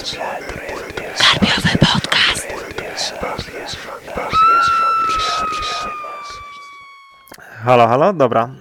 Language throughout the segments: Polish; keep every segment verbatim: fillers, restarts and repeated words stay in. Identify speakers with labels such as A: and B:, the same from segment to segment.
A: Karpiowy podcast.
B: Halo, halo, dobra.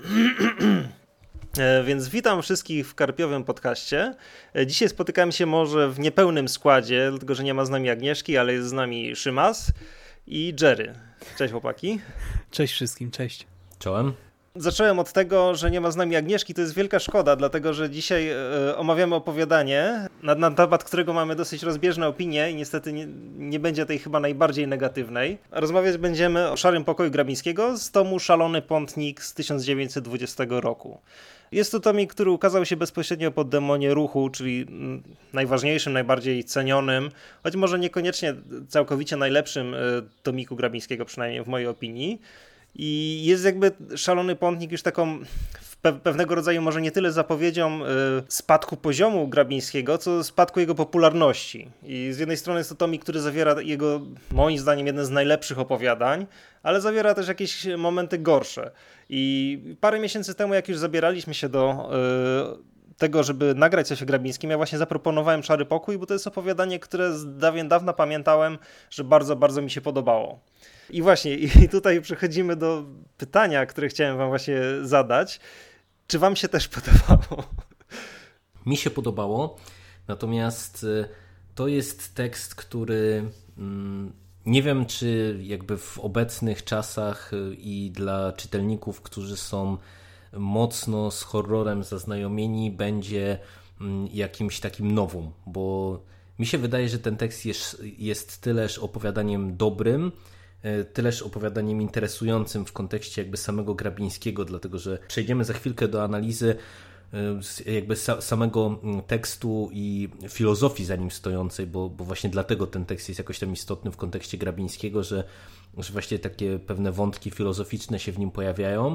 B: E, więc witam wszystkich w Karpiowym podcaście. E, dzisiaj spotykamy się może w niepełnym składzie, dlatego że nie ma z nami Agnieszki, ale jest z nami Szymas i Jerry. Cześć chłopaki.
C: Cześć wszystkim, cześć.
D: Czołem.
B: Zacząłem od tego, że nie ma z nami Agnieszki, to jest wielka szkoda, dlatego że dzisiaj e, omawiamy opowiadanie, na, na temat którego mamy dosyć rozbieżne opinie i niestety nie, nie będzie tej chyba najbardziej negatywnej. Rozmawiać będziemy o Szarym Pokoju Grabińskiego z tomu Szalony Pątnik z tysiąc dziewięćset dwudziestego roku. Jest to tomik, który ukazał się bezpośrednio po Demonie Ruchu, czyli najważniejszym, najbardziej cenionym, choć może niekoniecznie całkowicie najlepszym tomiku Grabińskiego, przynajmniej w mojej opinii. I jest jakby Szalony Pątnik już taką pewnego rodzaju może nie tyle zapowiedzią spadku poziomu Grabińskiego, co spadku jego popularności. I z jednej strony jest to tomik, który zawiera jego, moim zdaniem, jeden z najlepszych opowiadań, ale zawiera też jakieś momenty gorsze. I parę miesięcy temu, jak już zabieraliśmy się do tego, żeby nagrać coś o Grabińskim, ja właśnie zaproponowałem Szary Pokój, bo to jest opowiadanie, które z dawien dawna pamiętałem, że bardzo, bardzo mi się podobało. I właśnie, i tutaj przechodzimy do pytania, które chciałem wam właśnie zadać. Czy wam się też podobało?
D: Mi się podobało, natomiast to jest tekst, który nie wiem, czy jakby w obecnych czasach i dla czytelników, którzy są mocno z horrorem zaznajomieni, będzie jakimś takim nowum, bo mi się wydaje, że ten tekst jest, jest tyleż opowiadaniem dobrym, tyleż opowiadaniem interesującym w kontekście jakby samego Grabińskiego, dlatego że przejdziemy za chwilkę do analizy jakby samego tekstu i filozofii za nim stojącej, bo, bo właśnie dlatego ten tekst jest jakoś tam istotny w kontekście Grabińskiego, że, że właśnie takie pewne wątki filozoficzne się w nim pojawiają,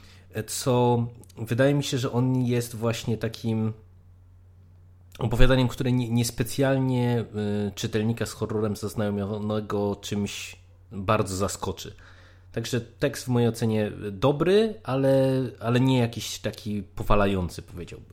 D: co wydaje mi się, że on jest właśnie takim opowiadaniem, które niespecjalnie czytelnika z horrorem zaznajomionego czymś bardzo zaskoczy. Także tekst w mojej ocenie dobry, ale, ale nie jakiś taki powalający, powiedziałbym.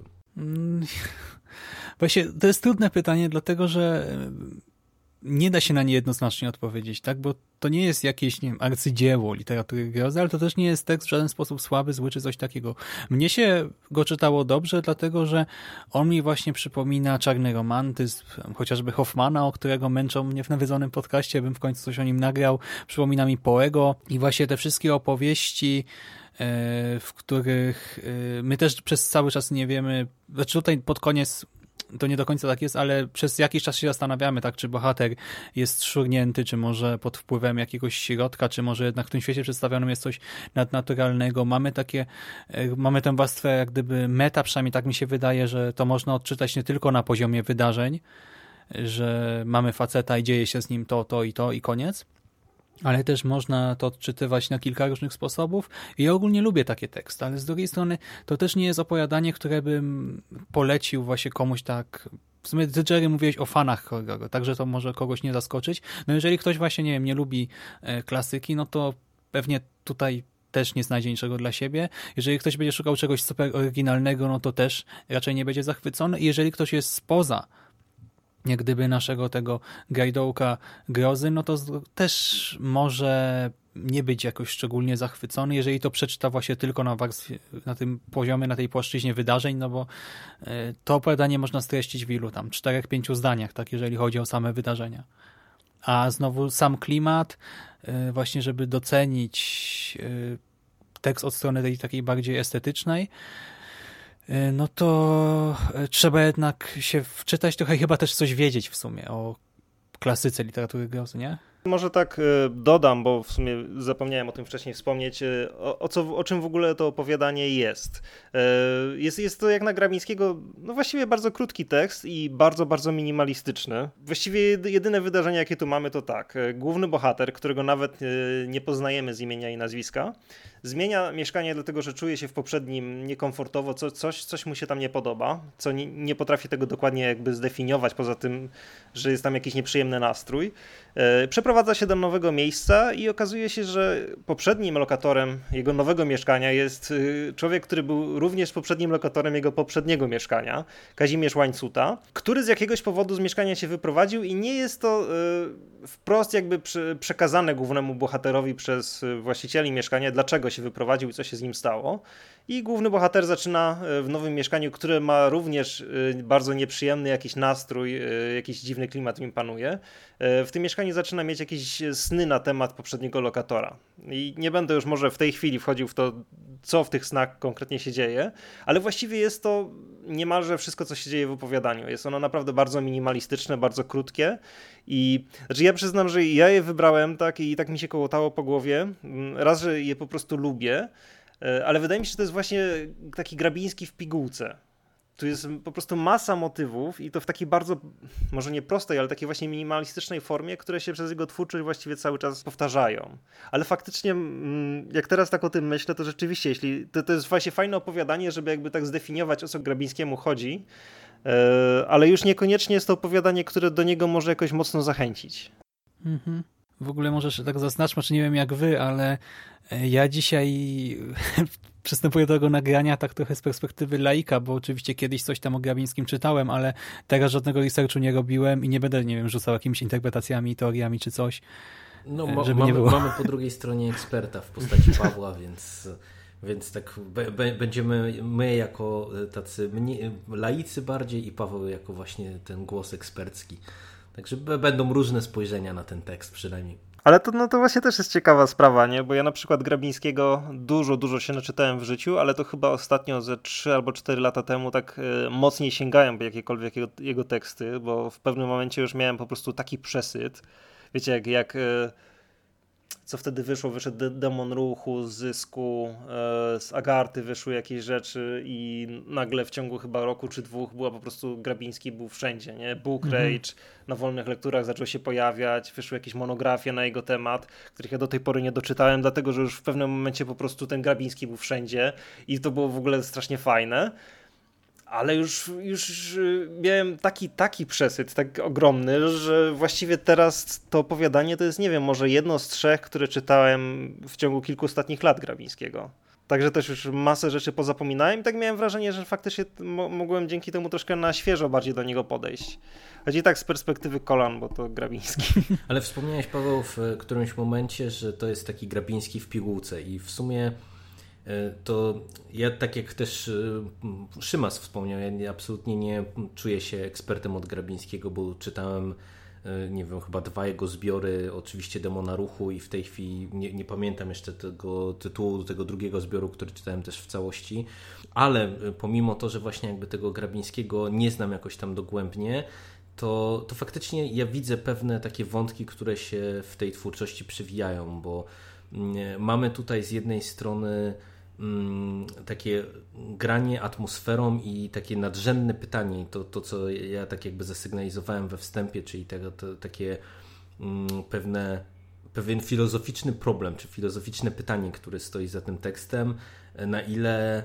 C: Właśnie to jest trudne pytanie, dlatego że nie da się na nie jednoznacznie odpowiedzieć, tak? Bo to nie jest jakieś, nie wiem, arcydzieło literatury grozy, ale to też nie jest tekst w żaden sposób słaby, zły czy coś takiego. Mnie się go czytało dobrze, dlatego że on mi właśnie przypomina czarny romantyzm, chociażby Hoffmana, o którego męczą mnie w nawiedzonym podcaście, bym w końcu coś o nim nagrał. Przypomina mi Poego i właśnie te wszystkie opowieści, w których my też przez cały czas nie wiemy, znaczy tutaj pod koniec to nie do końca tak jest, ale przez jakiś czas się zastanawiamy, tak, czy bohater jest szurnięty, czy może pod wpływem jakiegoś środka, czy może jednak w tym świecie przedstawionym jest coś nadnaturalnego. Mamy takie, mamy tę warstwę jak gdyby meta, przynajmniej tak mi się wydaje, że to można odczytać nie tylko na poziomie wydarzeń, że mamy faceta i dzieje się z nim to, to i to i koniec, ale też można to odczytywać na kilka różnych sposobów i ja ogólnie lubię takie teksty, ale z drugiej strony to też nie jest opowiadanie, które bym polecił właśnie komuś tak. W sumie ty, Jerry, mówiłeś o fanach horroru, także to może kogoś nie zaskoczyć. No jeżeli ktoś właśnie, nie wiem, nie lubi e, klasyki, no to pewnie tutaj też nie znajdzie niczego dla siebie. Jeżeli ktoś będzie szukał czegoś super oryginalnego, no to też raczej nie będzie zachwycony. I jeżeli ktoś jest spoza jak gdyby naszego tego gajdołka grozy, no to też może nie być jakoś szczególnie zachwycony, jeżeli to przeczyta właśnie tylko na warstwie, na tym poziomie, na tej płaszczyźnie wydarzeń, no bo to opowiadanie można streścić w ilu tam, czterech, pięciu zdaniach, tak, jeżeli chodzi o same wydarzenia. A znowu sam klimat, właśnie żeby docenić tekst od strony tej takiej bardziej estetycznej, no to trzeba jednak się wczytać trochę i chyba też coś wiedzieć w sumie o klasyce literatury grozy, nie?
B: Może tak dodam, bo w sumie zapomniałem o tym wcześniej wspomnieć, o, o, co, o czym w ogóle to opowiadanie jest. Jest, jest to jak na Grabińskiego, no właściwie bardzo krótki tekst i bardzo, bardzo minimalistyczny. Właściwie jedyne wydarzenie, jakie tu mamy, to tak. Główny bohater, którego nawet nie poznajemy z imienia i nazwiska, zmienia mieszkanie dlatego, że czuje się w poprzednim niekomfortowo, co, coś, coś mu się tam nie podoba, co nie, nie potrafi tego dokładnie jakby zdefiniować, poza tym, że jest tam jakiś nieprzyjemny nastrój. Przeprowadza przeprowadza się do nowego miejsca i okazuje się, że poprzednim lokatorem jego nowego mieszkania jest człowiek, który był również poprzednim lokatorem jego poprzedniego mieszkania, Kazimierz Łańcuta, który z jakiegoś powodu z mieszkania się wyprowadził i nie jest to wprost jakby przekazane głównemu bohaterowi przez właścicieli mieszkania, dlaczego się wyprowadził i co się z nim stało. I główny bohater zaczyna w nowym mieszkaniu, które ma również bardzo nieprzyjemny jakiś nastrój, jakiś dziwny klimat im panuje. W tym mieszkaniu zaczyna mieć jakieś sny na temat poprzedniego lokatora. I nie będę już może w tej chwili wchodził w to, co w tych snach konkretnie się dzieje, ale właściwie jest to niemalże wszystko, co się dzieje w opowiadaniu. Jest ono naprawdę bardzo minimalistyczne, bardzo krótkie i znaczy ja przyznam, że ja je wybrałem tak i tak mi się kołotało po głowie. Raz, że je po prostu lubię, ale wydaje mi się, że to jest właśnie taki Grabiński w pigułce. Tu jest po prostu masa motywów i to w takiej bardzo, może nie prostej, ale takiej właśnie minimalistycznej formie, które się przez jego twórczość właściwie cały czas powtarzają. Ale faktycznie, jak teraz tak o tym myślę, to rzeczywiście, jeśli to, to jest właśnie fajne opowiadanie, żeby jakby tak zdefiniować, o co Grabińskiemu chodzi, ale już niekoniecznie jest to opowiadanie, które do niego może jakoś mocno zachęcić.
C: Mhm. W ogóle może tak zaznaczmy, czy nie wiem jak wy, ale ja dzisiaj przystępuję do tego nagrania tak trochę z perspektywy laika, bo oczywiście kiedyś coś tam o Grabińskim czytałem, ale teraz żadnego researchu nie robiłem i nie będę, nie wiem, rzucał jakimiś interpretacjami, teoriami czy coś.
D: No ma,
C: żeby
D: mamy,
C: nie było.
D: mamy po drugiej stronie eksperta w postaci Pawła, więc, więc tak be, be, będziemy my jako tacy mniej, laicy bardziej i Paweł jako właśnie ten głos ekspercki. Także będą różne spojrzenia na ten tekst przynajmniej.
B: Ale to, no to właśnie też jest ciekawa sprawa, nie? Bo ja na przykład Grabińskiego dużo, dużo się naczytałem w życiu, ale to chyba ostatnio ze trzy albo cztery lata temu tak y, mocniej sięgałem po jakiekolwiek jego, jego teksty, bo w pewnym momencie już miałem po prostu taki przesyt. Wiecie, jak, jak y, co wtedy wyszło? Wyszedł De- Demon Ruchu, z Zysku, y, z Agarty wyszły jakieś rzeczy i nagle w ciągu chyba roku czy dwóch była po prostu Grabiński był wszędzie, nie? Book Rage, mhm. Na wolnych lekturach zaczął się pojawiać, wyszły jakieś monografie na jego temat, których ja do tej pory nie doczytałem, dlatego że już w pewnym momencie po prostu ten Grabiński był wszędzie i to było w ogóle strasznie fajne. Ale już, już miałem taki, taki przesyt, tak ogromny, że właściwie teraz to opowiadanie to jest, nie wiem, może jedno z trzech, które czytałem w ciągu kilku ostatnich lat Grabińskiego. Także też już masę rzeczy pozapominałem i tak miałem wrażenie, że faktycznie mo- mogłem dzięki temu troszkę na świeżo bardziej do niego podejść. Choć i tak z perspektywy kolan, bo to Grabiński.
D: Ale wspomniałeś, Paweł, w którymś momencie, że to jest taki Grabiński w pigułce i w sumie to ja tak jak też Szymas wspomniał, ja absolutnie nie czuję się ekspertem od Grabińskiego, bo czytałem, nie wiem, chyba dwa jego zbiory, oczywiście Demona Ruchu i w tej chwili nie, nie pamiętam jeszcze tego tytułu, tego drugiego zbioru, który czytałem też w całości, ale pomimo to, że właśnie jakby tego Grabińskiego nie znam jakoś tam dogłębnie, to, to faktycznie ja widzę pewne takie wątki, które się w tej twórczości przewijają, bo mamy tutaj z jednej strony takie granie atmosferą i takie nadrzędne pytanie, to, to co ja tak jakby zasygnalizowałem we wstępie, czyli tego, to, takie um, pewne, pewien filozoficzny problem, czy filozoficzne pytanie, które stoi za tym tekstem, na ile,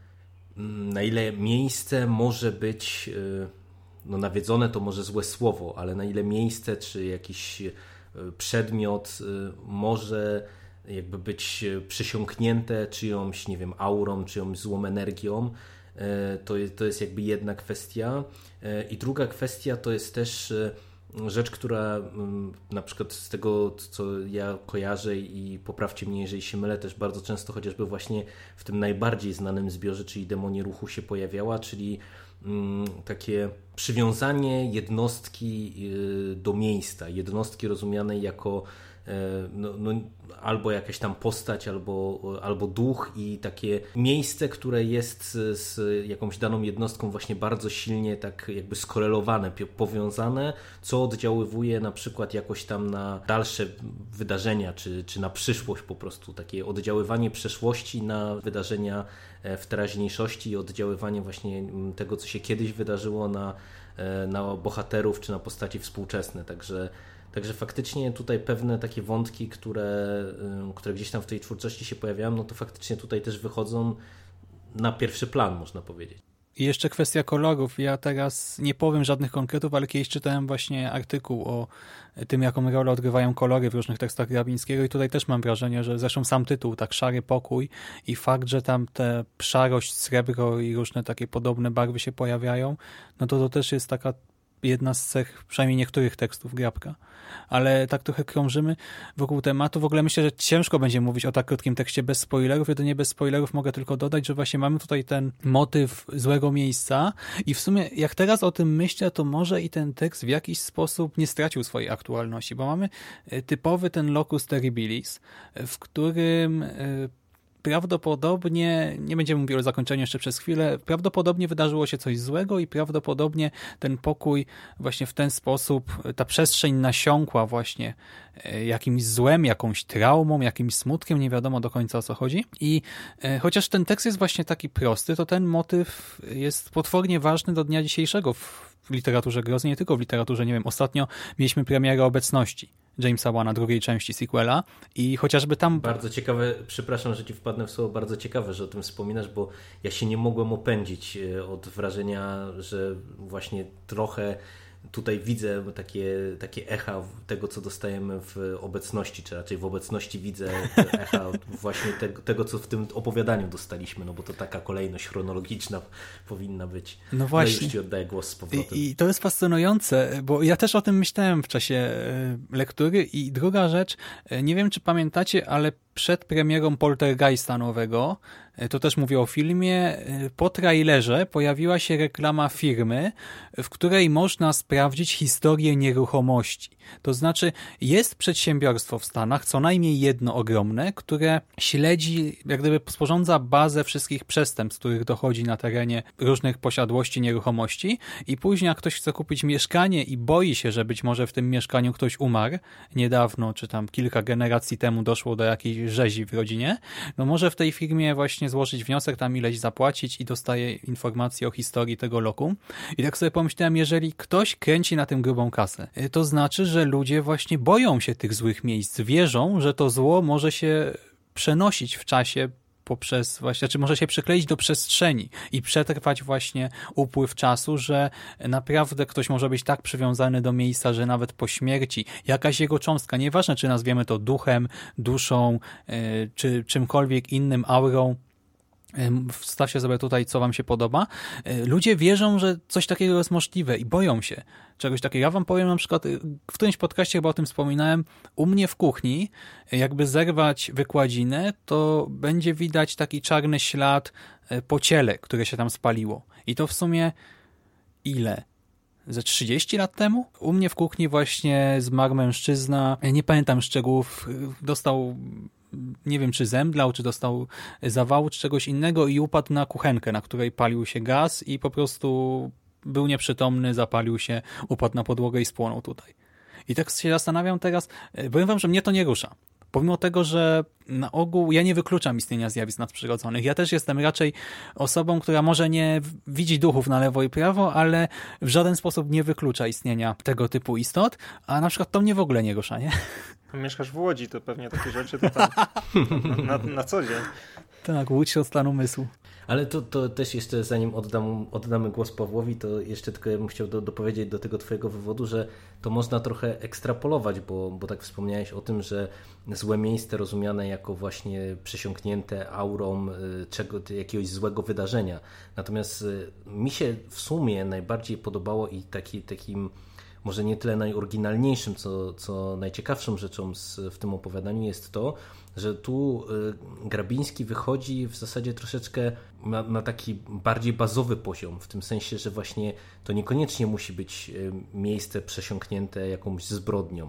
D: na ile miejsce może być, no nawiedzone to może złe słowo, ale na ile miejsce, czy jakiś przedmiot może jakby być przysiąknięte czyjąś, nie wiem, aurą, czyjąś złą energią, to jest, to jest jakby jedna kwestia. I druga kwestia to jest też rzecz, która na przykład z tego, co ja kojarzę i poprawcie mnie, jeżeli się mylę, też bardzo często chociażby właśnie w tym najbardziej znanym zbiorze, czyli Demonie Ruchu się pojawiała, czyli takie przywiązanie jednostki do miejsca, jednostki rozumianej jako No, no, albo jakaś tam postać, albo, albo duch i takie miejsce, które jest z, z jakąś daną jednostką właśnie bardzo silnie tak jakby skorelowane, powiązane, co oddziaływuje na przykład jakoś tam na dalsze wydarzenia, czy, czy na przyszłość po prostu, takie oddziaływanie przeszłości na wydarzenia w teraźniejszości i oddziaływanie właśnie tego, co się kiedyś wydarzyło na, na bohaterów, czy na postaci współczesne, także Także faktycznie tutaj pewne takie wątki, które, które gdzieś tam w tej twórczości się pojawiają, no to faktycznie tutaj też wychodzą na pierwszy plan, można powiedzieć.
C: I jeszcze kwestia kolorów. Ja teraz nie powiem żadnych konkretów, ale kiedyś czytałem właśnie artykuł o tym, jaką rolę odgrywają kolory w różnych tekstach Grabińskiego i tutaj też mam wrażenie, że zresztą sam tytuł, tak Szary Pokój i fakt, że tam te szarość, srebro i różne takie podobne barwy się pojawiają, no to to też jest taka jedna z cech, przynajmniej niektórych tekstów Grabka. Ale tak trochę krążymy wokół tematu. W ogóle myślę, że ciężko będzie mówić o tak krótkim tekście bez spoilerów. Jedynie bez spoilerów mogę tylko dodać, że właśnie mamy tutaj ten motyw złego miejsca i w sumie jak teraz o tym myślę, to może i ten tekst w jakiś sposób nie stracił swojej aktualności, bo mamy typowy ten locus terribilis, w którym prawdopodobnie, nie będziemy mówili o zakończeniu jeszcze przez chwilę, prawdopodobnie wydarzyło się coś złego i prawdopodobnie ten pokój właśnie w ten sposób, ta przestrzeń nasiąkła właśnie jakimś złem, jakąś traumą, jakimś smutkiem, nie wiadomo do końca o co chodzi. I e, chociaż ten tekst jest właśnie taki prosty, to ten motyw jest potwornie ważny do dnia dzisiejszego w, w literaturze grozy, nie tylko w literaturze, nie wiem, ostatnio mieliśmy premierę Obecności Jamesa Wana, drugiej części sequela i chociażby tam...
D: Bardzo ciekawe, przepraszam, że ci wpadnę w słowo, bardzo ciekawe, że o tym wspominasz, bo ja się nie mogłem opędzić od wrażenia, że właśnie trochę tutaj widzę takie, takie echa tego, co dostajemy w Obecności, czy raczej w Obecności widzę echa właśnie tego, tego, co w tym opowiadaniu dostaliśmy, no bo to taka kolejność chronologiczna powinna być.
C: No właśnie.
D: No już ci oddaję głos z powrotem.
C: I, I to jest fascynujące, bo ja też o tym myślałem w czasie lektury i druga rzecz, nie wiem, czy pamiętacie, ale przed premierą Poltergeista nowego, to też mówię o filmie, po trailerze pojawiła się reklama firmy, w której można sprawdzić historię nieruchomości. To znaczy jest przedsiębiorstwo w Stanach, co najmniej jedno ogromne, które śledzi, jak gdyby sporządza bazę wszystkich przestępstw, których dochodzi na terenie różnych posiadłości nieruchomości i później jak ktoś chce kupić mieszkanie i boi się, że być może w tym mieszkaniu ktoś umarł niedawno, czy tam kilka generacji temu doszło do jakiejś rzezi w rodzinie, no może w tej firmie właśnie złożyć wniosek, tam ileś zapłacić i dostaje informacje o historii tego lokum. I tak sobie pomyślałem, jeżeli ktoś kręci na tym grubą kasę, to znaczy, że ludzie właśnie boją się tych złych miejsc, wierzą, że to zło może się przenosić w czasie poprzez właśnie, czy może się przykleić do przestrzeni i przetrwać właśnie upływ czasu, że naprawdę ktoś może być tak przywiązany do miejsca, że nawet po śmierci jakaś jego cząstka, nieważne czy nazwiemy to duchem, duszą, czy czymkolwiek innym, aurą, wstawcie sobie tutaj, co wam się podoba. Ludzie wierzą, że coś takiego jest możliwe i boją się czegoś takiego. Ja wam powiem na przykład, w którymś podcaście chyba o tym wspominałem, u mnie w kuchni, jakby zerwać wykładzinę, to będzie widać taki czarny ślad po ciele, które się tam spaliło. I to w sumie ile? Ze trzydzieści lat temu? U mnie w kuchni właśnie zmarł mężczyzna, nie pamiętam szczegółów, dostał, nie wiem czy zemdlał, czy dostał zawału, czy czegoś innego i upadł na kuchenkę, na której palił się gaz i po prostu był nieprzytomny, zapalił się, upadł na podłogę i spłonął tutaj. I tak się zastanawiam teraz, powiem wam, że mnie to nie rusza. Pomimo tego, że na ogół ja nie wykluczam istnienia zjawisk nadprzyrodzonych. Ja też jestem raczej osobą, która może nie widzi duchów na lewo i prawo, ale w żaden sposób nie wyklucza istnienia tego typu istot, a na przykład to mnie w ogóle nie rusza, nie?
B: Mieszkasz w Łodzi, to pewnie takie rzeczy to tam na, na, na co dzień.
C: Tak, Łódź to stan umysłu.
D: Ale to, to też jeszcze zanim oddam, oddamy głos Pawłowi, to jeszcze tylko ja bym chciał do, dopowiedzieć do tego twojego wywodu, że to można trochę ekstrapolować, bo, bo tak wspomniałeś o tym, że złe miejsce rozumiane jako właśnie przesiąknięte aurą czego, jakiegoś złego wydarzenia. Natomiast mi się w sumie najbardziej podobało i taki, takim może nie tyle najoryginalniejszym, co, co najciekawszą rzeczą z, w tym opowiadaniu jest to, że tu Grabiński wychodzi w zasadzie troszeczkę na, na taki bardziej bazowy poziom, w tym sensie, że właśnie to niekoniecznie musi być miejsce przesiąknięte jakąś zbrodnią,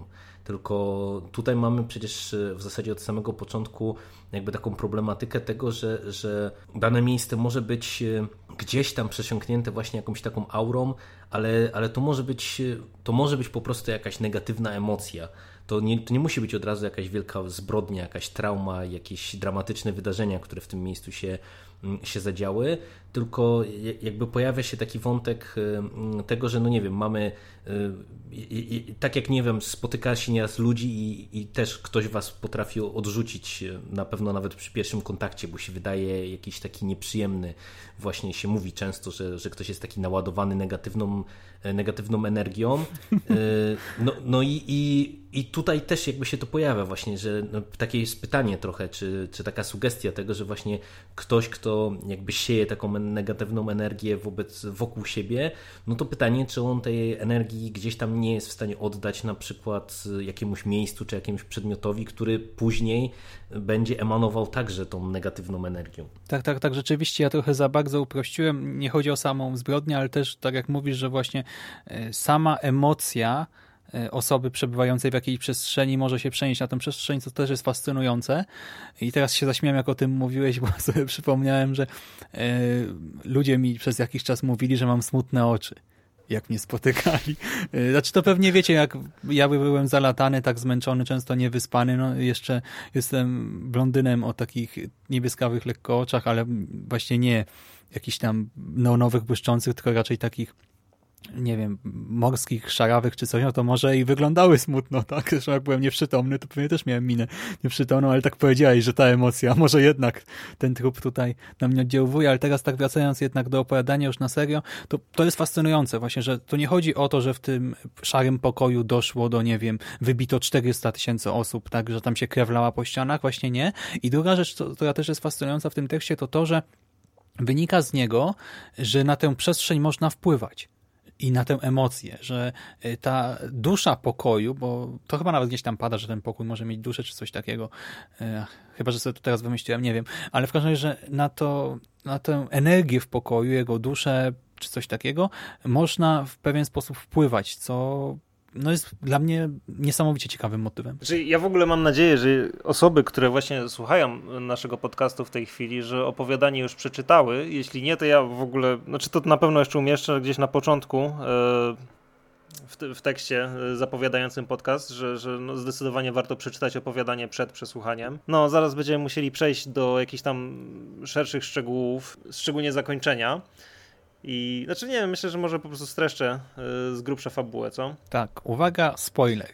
D: tylko tutaj mamy przecież w zasadzie od samego początku jakby taką problematykę tego, że, że dane miejsce może być gdzieś tam przesiąknięte właśnie jakąś taką aurą, ale, ale to może być, to może być po prostu jakaś negatywna emocja. to nie, to nie musi być od razu jakaś wielka zbrodnia, jakaś trauma, jakieś dramatyczne wydarzenia, które w tym miejscu się, się zadziały, tylko jakby pojawia się taki wątek tego, że no nie wiem, mamy i, i, tak jak nie wiem, spotyka się nieraz ludzi i, i też ktoś was potrafi odrzucić, na pewno nawet przy pierwszym kontakcie, bo się wydaje jakiś taki nieprzyjemny, właśnie się mówi często, że, że ktoś jest taki naładowany negatywną, negatywną energią. No, no i, i, i tutaj też jakby się to pojawia właśnie, że no, takie jest pytanie trochę, czy, czy taka sugestia tego, że właśnie ktoś, kto jakby sieje taką negatywną energię wobec, wokół siebie, no to pytanie, czy on tej energii gdzieś tam nie jest w stanie oddać na przykład jakiemuś miejscu, czy jakiemuś przedmiotowi, który później będzie emanował także tą negatywną energią.
C: Tak, tak, tak, rzeczywiście ja trochę za bardzo uprościłem, nie chodzi o samą zbrodnię, ale też tak jak mówisz, że właśnie sama emocja osoby przebywającej w jakiejś przestrzeni może się przenieść na tę przestrzeń, co też jest fascynujące. I teraz się zaśmiałem, jak o tym mówiłeś, bo sobie przypomniałem, że yy, ludzie mi przez jakiś czas mówili, że mam smutne oczy, jak mnie spotykali. Yy, znaczy to pewnie wiecie, jak ja byłem zalatany, tak zmęczony, często niewyspany, no jeszcze jestem blondynem o takich niebieskawych lekko oczach, ale właśnie nie jakichś tam neonowych, błyszczących, tylko raczej takich nie wiem, morskich, szarawych czy coś, no to może i wyglądały smutno, tak? Zresztą jak byłem nieprzytomny, to pewnie też miałem minę nieprzytomną, ale tak powiedziałeś, że ta emocja, może jednak ten trup tutaj na mnie oddziałuje, ale teraz tak wracając jednak do opowiadania już na serio, to, to jest fascynujące właśnie, że to nie chodzi o to, że w tym szarym pokoju doszło do, nie wiem, wybito czterysta tysięcy osób, tak, że tam się krew lała po ścianach, właśnie nie. I druga rzecz, która też jest fascynująca w tym tekście, to to, że wynika z niego, że na tę przestrzeń można wpływać. I na tę emocję, że ta dusza pokoju, bo to chyba nawet gdzieś tam pada, że ten pokój może mieć duszę czy coś takiego, chyba że sobie to teraz wymyśliłem, nie wiem, ale w każdym razie, że na, to, na tę energię w pokoju, jego duszę czy coś takiego można w pewien sposób wpływać, co no jest dla mnie niesamowicie ciekawym motywem.
B: Znaczy, ja w ogóle mam nadzieję, że osoby, które właśnie słuchają naszego podcastu w tej chwili, że opowiadanie już przeczytały. Jeśli nie, to ja w ogóle, znaczy to na pewno jeszcze umieszczę gdzieś na początku w, te, w tekście zapowiadającym podcast, że, że no zdecydowanie warto przeczytać opowiadanie przed przesłuchaniem. No, zaraz będziemy musieli przejść do jakichś tam szerszych szczegółów, szczególnie zakończenia. I znaczy nie wiem, myślę, że może po prostu streszczę yy, z grubsza fabułę, co?
C: Tak, uwaga, spoiler.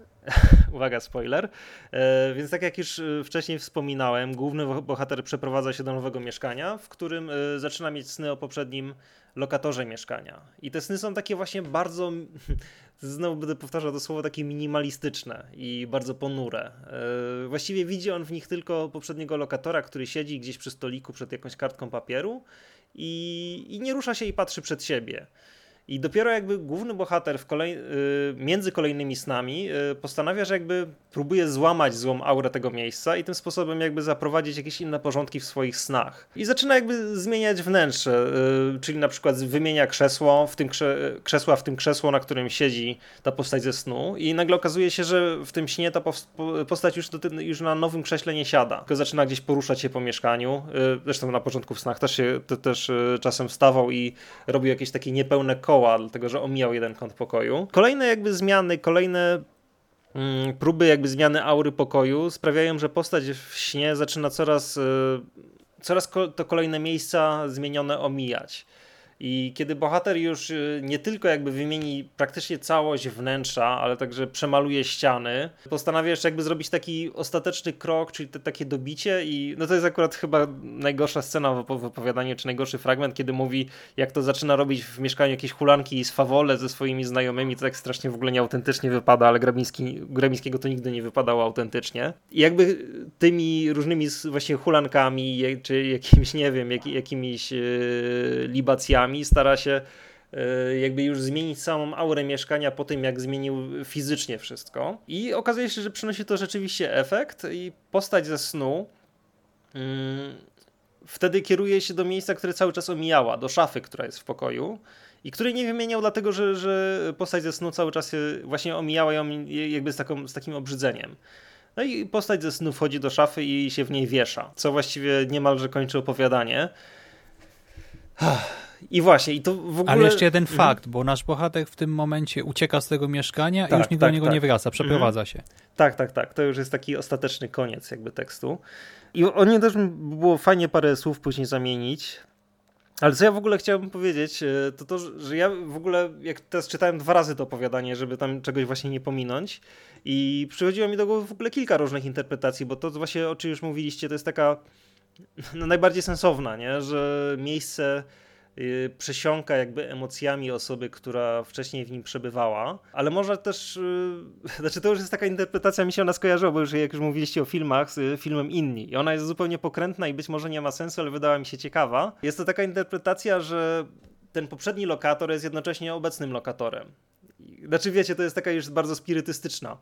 B: Uwaga, spoiler. Yy, więc tak jak już wcześniej wspominałem, główny bohater przeprowadza się do nowego mieszkania, w którym yy, zaczyna mieć sny o poprzednim lokatorze mieszkania. I te sny są takie właśnie bardzo, znowu będę powtarzał to słowo, takie minimalistyczne i bardzo ponure. Yy, właściwie widzi on w nich tylko poprzedniego lokatora, który siedzi gdzieś przy stoliku przed jakąś kartką papieru I, i nie rusza się i patrzy przed siebie. I dopiero jakby główny bohater w kolej, między kolejnymi snami postanawia, że jakby próbuje złamać złą aurę tego miejsca i tym sposobem jakby zaprowadzić jakieś inne porządki w swoich snach. I zaczyna jakby zmieniać wnętrze, czyli na przykład wymienia krzesło, w tym krze, krzesła w tym krzesło, na którym siedzi ta postać ze snu i nagle okazuje się, że w tym śnie ta postać już, do, już na nowym krześle nie siada, tylko zaczyna gdzieś poruszać się po mieszkaniu. Zresztą na początku w snach też się to też czasem wstawał i robił jakieś takie niepełne koło, dlatego że omijał jeden kąt pokoju. Kolejne jakby zmiany, kolejne mm, próby jakby zmiany aury pokoju sprawiają, że postać w śnie zaczyna coraz, y, coraz ko- to kolejne miejsca zmienione omijać. I kiedy bohater już nie tylko jakby wymieni praktycznie całość wnętrza, ale także przemaluje ściany, postanawia jeszcze jakby zrobić taki ostateczny krok, czyli te, takie dobicie i no to jest akurat chyba najgorsza scena w opowiadaniu, czy najgorszy fragment, kiedy mówi, jak to zaczyna robić w mieszkaniu jakieś hulanki i swawole ze swoimi znajomymi, to tak strasznie w ogóle nieautentycznie wypada, ale Grabiński, Grabińskiego to nigdy nie wypadało autentycznie. I jakby tymi różnymi właśnie hulankami, czy jakimiś, nie wiem, jak, jakimiś yy, libacjami stara się jakby już zmienić samą aurę mieszkania po tym, jak zmienił fizycznie wszystko. I okazuje się, że przynosi to rzeczywiście efekt i postać ze snu hmm, wtedy kieruje się do miejsca, które cały czas omijała, do szafy, która jest w pokoju i której nie wymieniał dlatego, że, że postać ze snu cały czas właśnie omijała ją jakby z, taką, z takim obrzydzeniem. No i postać ze snu wchodzi do szafy i się w niej wiesza, co właściwie niemalże kończy opowiadanie. I właśnie, i to w ogóle...
C: Ale jeszcze jeden
B: mhm.
C: fakt, bo nasz bohater w tym momencie ucieka z tego mieszkania
B: tak,
C: i już nigdy
B: tak,
C: do niego
B: tak.
C: nie wraca, przeprowadza
B: mhm.
C: się.
B: Tak, tak, tak. To już jest taki ostateczny koniec jakby tekstu. I o niej też było fajnie parę słów później zamienić. Ale co ja w ogóle chciałbym powiedzieć, to to, że ja w ogóle, jak teraz czytałem dwa razy to opowiadanie, żeby tam czegoś właśnie nie pominąć i przychodziło mi do głowy w ogóle kilka różnych interpretacji, bo to właśnie, o czym już mówiliście, to jest taka no, najbardziej sensowna, nie? Że miejsce yy, przesiąka jakby emocjami osoby, która wcześniej w nim przebywała, ale może też, yy, znaczy to już jest taka interpretacja, mi się ona skojarzyła, bo już jak już mówiliście o filmach, z yy, filmem Inni i ona jest zupełnie pokrętna i być może nie ma sensu, ale wydała mi się ciekawa. Jest to taka interpretacja, że ten poprzedni lokator jest jednocześnie obecnym lokatorem. Znaczy wiecie, to jest taka już bardzo spirytystyczna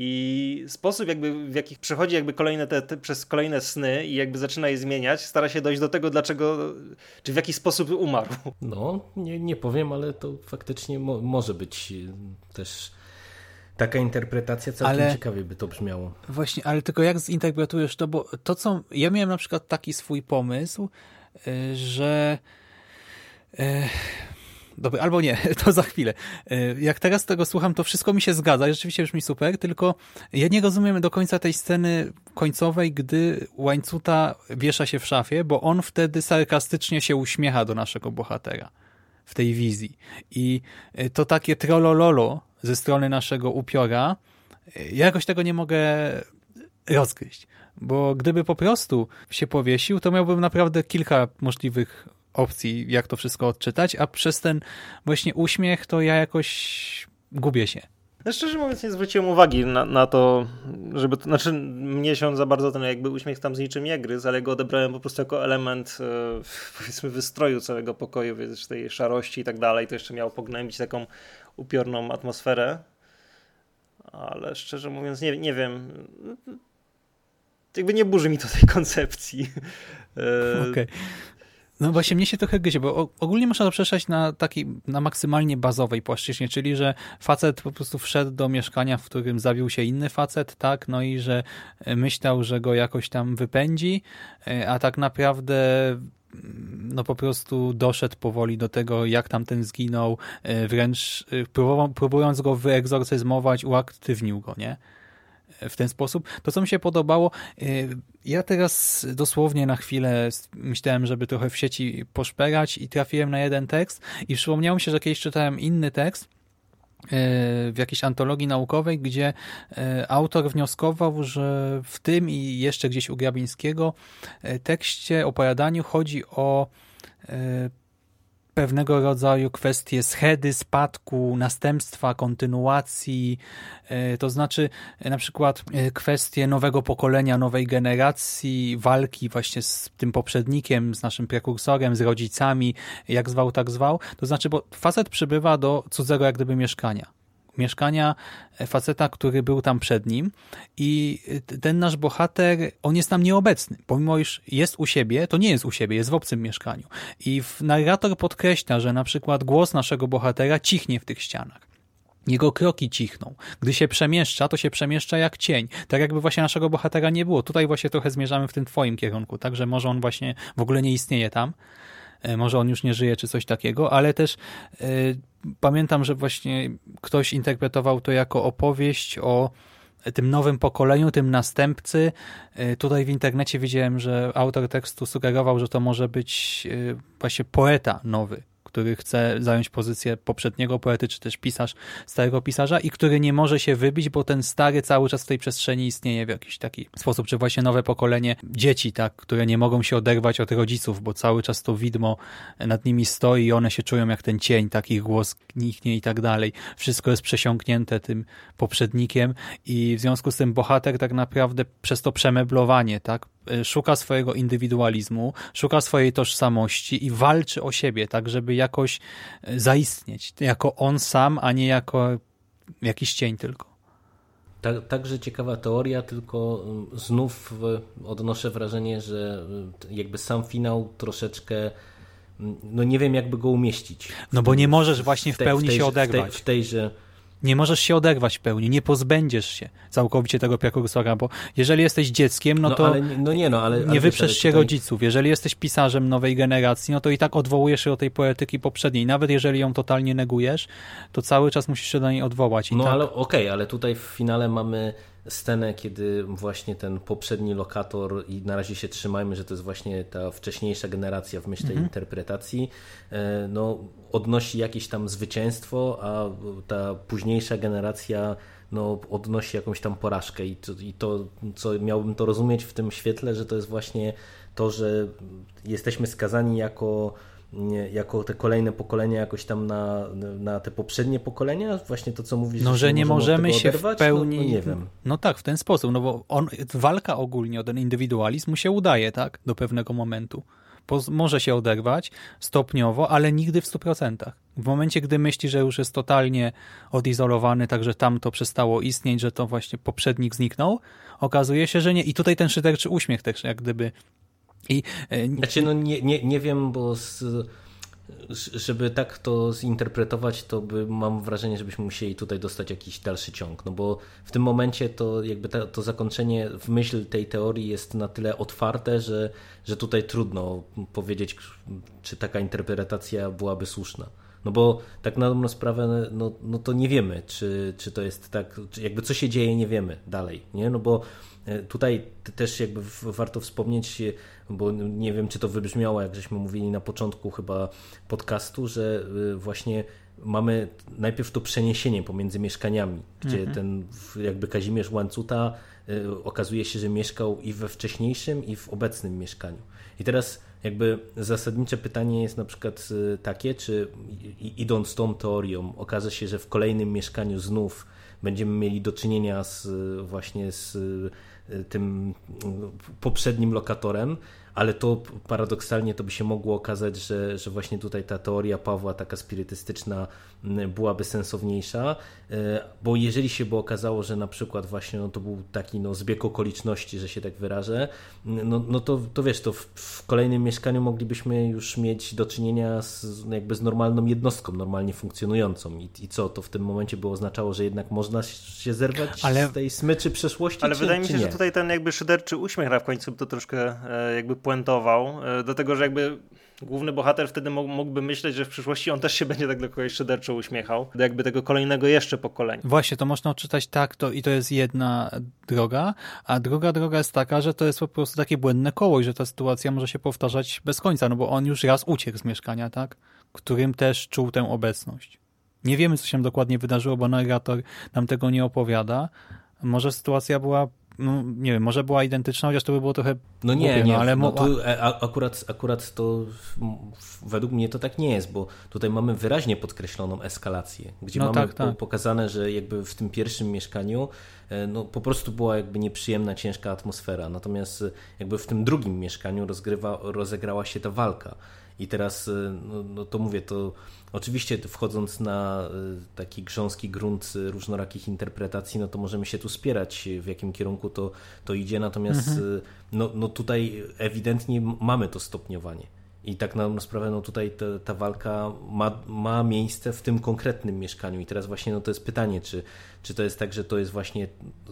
B: i sposób jakby w jaki przechodzi jakby kolejne te, te, przez kolejne sny i jakby zaczyna je zmieniać, stara się dojść do tego, dlaczego, czy w jaki sposób umarł.
D: No, nie, nie powiem, ale to faktycznie mo- może być też taka interpretacja, całkiem ale... ciekawie by to brzmiało.
C: Właśnie, ale tylko jak zinterpretujesz to, bo to co, ja miałem na przykład taki swój pomysł, yy, że yy... Dobra, albo nie, to za chwilę. Jak teraz tego słucham, to wszystko mi się zgadza i rzeczywiście brzmi super, tylko ja nie rozumiem do końca tej sceny końcowej, gdy Łańcuta wiesza się w szafie, bo on wtedy sarkastycznie się uśmiecha do naszego bohatera w tej wizji. I to takie trollololo ze strony naszego upiora, ja jakoś tego nie mogę rozgryźć, bo gdyby po prostu się powiesił, to miałbym naprawdę kilka możliwych opcji, jak to wszystko odczytać, a przez ten właśnie uśmiech to ja jakoś gubię się.
B: No szczerze mówiąc nie zwróciłem uwagi na, na to, żeby to, znaczy mnie się on za bardzo ten jakby uśmiech tam z niczym nie gryzł, ale go odebrałem po prostu jako element e, powiedzmy wystroju całego pokoju, wiesz, tej szarości i tak dalej, to jeszcze miało pognębić taką upiorną atmosferę, ale szczerze mówiąc nie, nie wiem, jakby nie burzy mi to tej koncepcji.
C: E, Okej. Okay. No właśnie mnie się trochę gryzie, bo ogólnie można to przeczytać na takiej, na maksymalnie bazowej płaszczyźnie, czyli że facet po prostu wszedł do mieszkania, w którym zabił się inny facet, tak, no i że myślał, że go jakoś tam wypędzi, a tak naprawdę no po prostu doszedł powoli do tego, jak tamten zginął, wręcz próbując go wyegzorcyzmować, uaktywnił go, nie? W ten sposób. To, co mi się podobało, ja teraz dosłownie na chwilę myślałem, żeby trochę w sieci poszperać i trafiłem na jeden tekst i przypomniało mi się, że kiedyś czytałem inny tekst w jakiejś antologii naukowej, gdzie autor wnioskował, że w tym i jeszcze gdzieś u Grabińskiego tekście, opowiadaniu chodzi o pewnego rodzaju kwestie schedy, spadku, następstwa, kontynuacji, to znaczy na przykład kwestie nowego pokolenia, nowej generacji, walki właśnie z tym poprzednikiem, z naszym prekursorem, z rodzicami, jak zwał, tak zwał. To znaczy, bo facet przybywa do cudzego jak gdyby mieszkania. Mieszkania faceta, który był tam przed nim i ten nasz bohater, on jest tam nieobecny. Pomimo iż jest u siebie, to nie jest u siebie, jest w obcym mieszkaniu. I narrator podkreśla, że na przykład głos naszego bohatera cichnie w tych ścianach. Jego kroki cichną. Gdy się przemieszcza, to się przemieszcza jak cień. Tak jakby właśnie naszego bohatera nie było. Tutaj właśnie trochę zmierzamy w tym twoim kierunku, także może on właśnie w ogóle nie istnieje tam. Może on już nie żyje, czy coś takiego, ale też y, pamiętam, że właśnie ktoś interpretował to jako opowieść o tym nowym pokoleniu, tym następcy. Y, tutaj w internecie widziałem, że autor tekstu sugerował, że to może być y, właśnie poeta nowy, który chce zająć pozycję poprzedniego poety, czy też pisarz, starego pisarza i który nie może się wybić, bo ten stary cały czas w tej przestrzeni istnieje w jakiś taki sposób, czy właśnie nowe pokolenie dzieci, tak, które nie mogą się oderwać od rodziców, bo cały czas to widmo nad nimi stoi i one się czują jak ten cień, taki głos niknie i tak dalej. Wszystko jest przesiąknięte tym poprzednikiem i w związku z tym bohater tak naprawdę przez to przemeblowanie, tak, szuka swojego indywidualizmu, szuka swojej tożsamości i walczy o siebie, tak żeby jakoś zaistnieć. Jako on sam, a nie jako jakiś cień tylko.
D: Tak, także ciekawa teoria, tylko znów odnoszę wrażenie, że jakby sam finał troszeczkę, no nie wiem jakby go umieścić.
C: No bo nie możesz właśnie w
D: te,
C: pełni
D: w tej,
C: się oderwać.
D: W, tej, w tejże
C: nie możesz się oderwać w pełni, nie pozbędziesz się całkowicie tego prekursora, bo jeżeli jesteś dzieckiem, no,
D: no
C: to
D: ale, no nie, no, ale,
C: nie
D: ale
C: wyprzesz
D: wiesz,
C: się
D: tutaj...
C: rodziców. Jeżeli jesteś pisarzem nowej generacji, no to i tak odwołujesz się do tej poetyki poprzedniej. Nawet jeżeli ją totalnie negujesz, to cały czas musisz się do niej odwołać. I
D: no
C: tak...
D: ale okej, okay, ale tutaj w finale mamy scenę, kiedy właśnie ten poprzedni lokator, i na razie się trzymajmy, że to jest właśnie ta wcześniejsza generacja w myśl tej
C: mhm.
D: interpretacji, no odnosi jakieś tam zwycięstwo, a ta późniejsza generacja no, odnosi jakąś tam porażkę i to, i to, co miałbym to rozumieć w tym świetle, że to jest właśnie to, że jesteśmy skazani jako jako te kolejne pokolenia jakoś tam na, na te poprzednie pokolenia? Właśnie to, co mówisz,
C: no, że, że nie możemy, możemy się
D: oderwać?
C: w pełni...
D: No, no nie wiem.
C: No tak, w ten sposób, no bo on, walka ogólnie o ten indywidualizm mu się udaje, tak? Do pewnego momentu. Poz, może się oderwać stopniowo, ale nigdy w stu procentach. W momencie, gdy myśli, że już jest totalnie odizolowany, także tam to przestało istnieć, że to właśnie poprzednik zniknął, okazuje się, że nie. I tutaj ten szyderczy uśmiech też jak gdyby... I,
D: znaczy, no nie, nie, nie wiem, bo z, żeby tak to zinterpretować, to by, mam wrażenie, żebyśmy musieli tutaj dostać jakiś dalszy ciąg, no bo w tym momencie to jakby ta, to zakończenie w myśl tej teorii jest na tyle otwarte, że, że tutaj trudno powiedzieć, czy taka interpretacja byłaby słuszna. No bo tak na dobrą sprawę, no, no to nie wiemy, czy, czy to jest tak, jakby co się dzieje, nie wiemy dalej, nie? No bo tutaj też jakby warto wspomnieć, bo nie wiem, czy to wybrzmiało, jak żeśmy mówili na początku chyba podcastu, że właśnie mamy najpierw to przeniesienie pomiędzy mieszkaniami, gdzie mhm. ten jakby Kazimierz Łańcuta okazuje się, że mieszkał i we wcześniejszym, i w obecnym mieszkaniu. I teraz jakby zasadnicze pytanie jest na przykład takie, czy idąc tą teorią okaże się, że w kolejnym mieszkaniu znów będziemy mieli do czynienia z właśnie z tym poprzednim lokatorem, ale to paradoksalnie to by się mogło okazać, że, że właśnie tutaj ta teoria Pawła taka spirytystyczna byłaby sensowniejsza, bo jeżeli się by okazało, że na przykład właśnie no, to był taki no, zbieg okoliczności, że się tak wyrażę, no, no to, to wiesz, to w, w kolejnym mieszkaniu moglibyśmy już mieć do czynienia z, jakby z normalną jednostką, normalnie funkcjonującą i, i co, to w tym momencie by oznaczało, że jednak można się zerwać ale, z tej smyczy przeszłości,
B: ale
D: czy,
B: wydaje mi się,
D: nie?
B: że tutaj ten jakby szyderczy uśmiech na w końcu to troszkę jakby puentował, do tego, że jakby główny bohater wtedy mógłby myśleć, że w przyszłości on też się będzie tak do kogoś szyderczo uśmiechał, do jakby tego kolejnego jeszcze pokolenia.
C: Właśnie, to można odczytać tak, to i to jest jedna droga, a druga droga jest taka, że to jest po prostu takie błędne koło i że ta sytuacja może się powtarzać bez końca, no bo on już raz uciekł z mieszkania, tak, którym też czuł tę obecność. Nie wiemy, co się dokładnie wydarzyło, bo narrator nam tego nie opowiada. Może sytuacja była no, nie wiem, może była identyczna, chociaż to by było trochę
D: no nie,
C: głupie,
D: nie,
C: no, ale
D: no tu akurat, akurat to według mnie to tak nie jest, bo tutaj mamy wyraźnie podkreśloną eskalację, gdzie
C: no
D: mamy
C: tak, tak.
D: pokazane, że jakby w tym pierwszym mieszkaniu no po prostu była jakby nieprzyjemna, ciężka atmosfera, natomiast jakby w tym drugim mieszkaniu rozgrywa, rozegrała się ta walka. I teraz, no, no to mówię, to oczywiście wchodząc na taki grząski grunt różnorakich interpretacji, no to możemy się tu spierać, w jakim kierunku to, to idzie, natomiast mhm. no, no tutaj ewidentnie mamy to stopniowanie. I tak na sprawę, no tutaj ta, ta walka ma, ma miejsce w tym konkretnym mieszkaniu. I teraz właśnie no to jest pytanie, czy, czy to jest tak, że to jest właśnie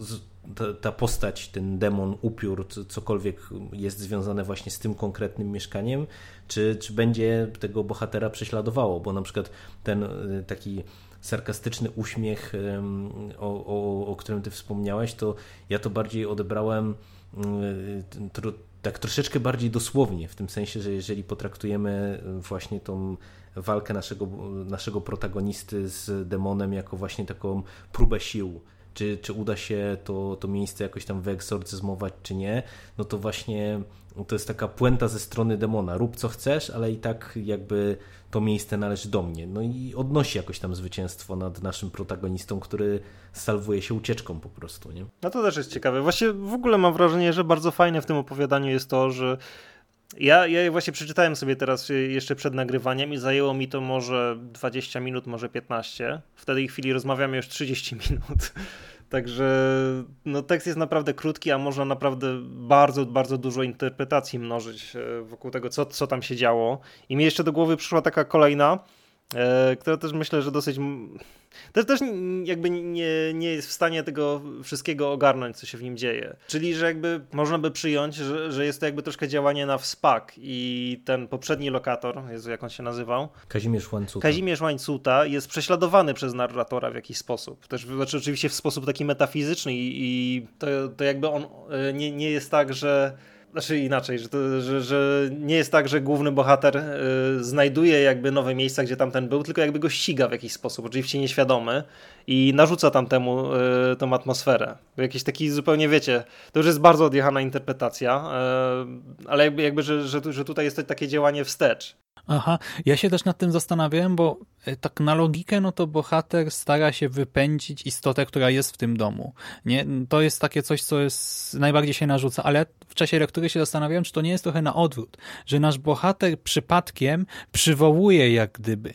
D: ta, ta postać, ten demon, upiór, cokolwiek jest związane właśnie z tym konkretnym mieszkaniem, czy, czy będzie tego bohatera prześladowało, bo na przykład ten taki sarkastyczny uśmiech, o, o, o którym ty wspomniałeś, to ja to bardziej odebrałem to, tak troszeczkę bardziej dosłownie, w tym sensie, że jeżeli potraktujemy właśnie tą walkę naszego, naszego protagonisty z demonem jako właśnie taką próbę sił, czy, czy uda się to, to miejsce jakoś tam wyegzorcyzmować, czy nie, no to właśnie to jest taka puenta ze strony demona. Rób co chcesz, ale i tak jakby to miejsce należy do mnie. No i odnosi jakoś tam zwycięstwo nad naszym protagonistą, który salwuje się ucieczką po prostu, nie?
B: No to też jest ciekawe. Właśnie w ogóle mam wrażenie, że bardzo fajne w tym opowiadaniu jest to, że ja, ja właśnie przeczytałem sobie teraz jeszcze przed nagrywaniem i zajęło mi to może dwadzieścia minut, może piętnaście. W tej chwili rozmawiamy już trzydzieści minut. Także no, tekst jest naprawdę krótki, a można naprawdę bardzo, bardzo dużo interpretacji mnożyć wokół tego, co, co tam się działo. I mi jeszcze do głowy przyszła taka kolejna, e, która też myślę, że dosyć... Też, też jakby nie, nie jest w stanie tego wszystkiego ogarnąć, co się w nim dzieje. Czyli, że jakby można by przyjąć, że, że jest to jakby troszkę działanie na wspak i ten poprzedni lokator, Jezu, jak on się nazywał?
D: Kazimierz Łańcuta.
B: Kazimierz Łańcuta jest prześladowany przez narratora w jakiś sposób. Też, znaczy oczywiście w sposób taki metafizyczny i, i to, to jakby on nie, nie jest tak, że Znaczy inaczej, że, to, że, że nie jest tak, że główny bohater y, znajduje jakby nowe miejsca, gdzie tamten był, tylko jakby go ściga w jakiś sposób, oczywiście nieświadomy i narzuca tamtemu y, tą atmosferę. Jakiś taki zupełnie, wiecie, to już jest bardzo odjechana interpretacja, y, ale jakby, jakby że, że, że tutaj jest to takie działanie wstecz.
C: Aha, ja się też nad tym zastanawiałem, bo tak na logikę, no to bohater stara się wypędzić istotę, która jest w tym domu. Nie? To jest takie coś, co jest najbardziej się narzuca, ale w czasie lektury się zastanawiałem, czy to nie jest trochę na odwrót, że nasz bohater przypadkiem przywołuje jak gdyby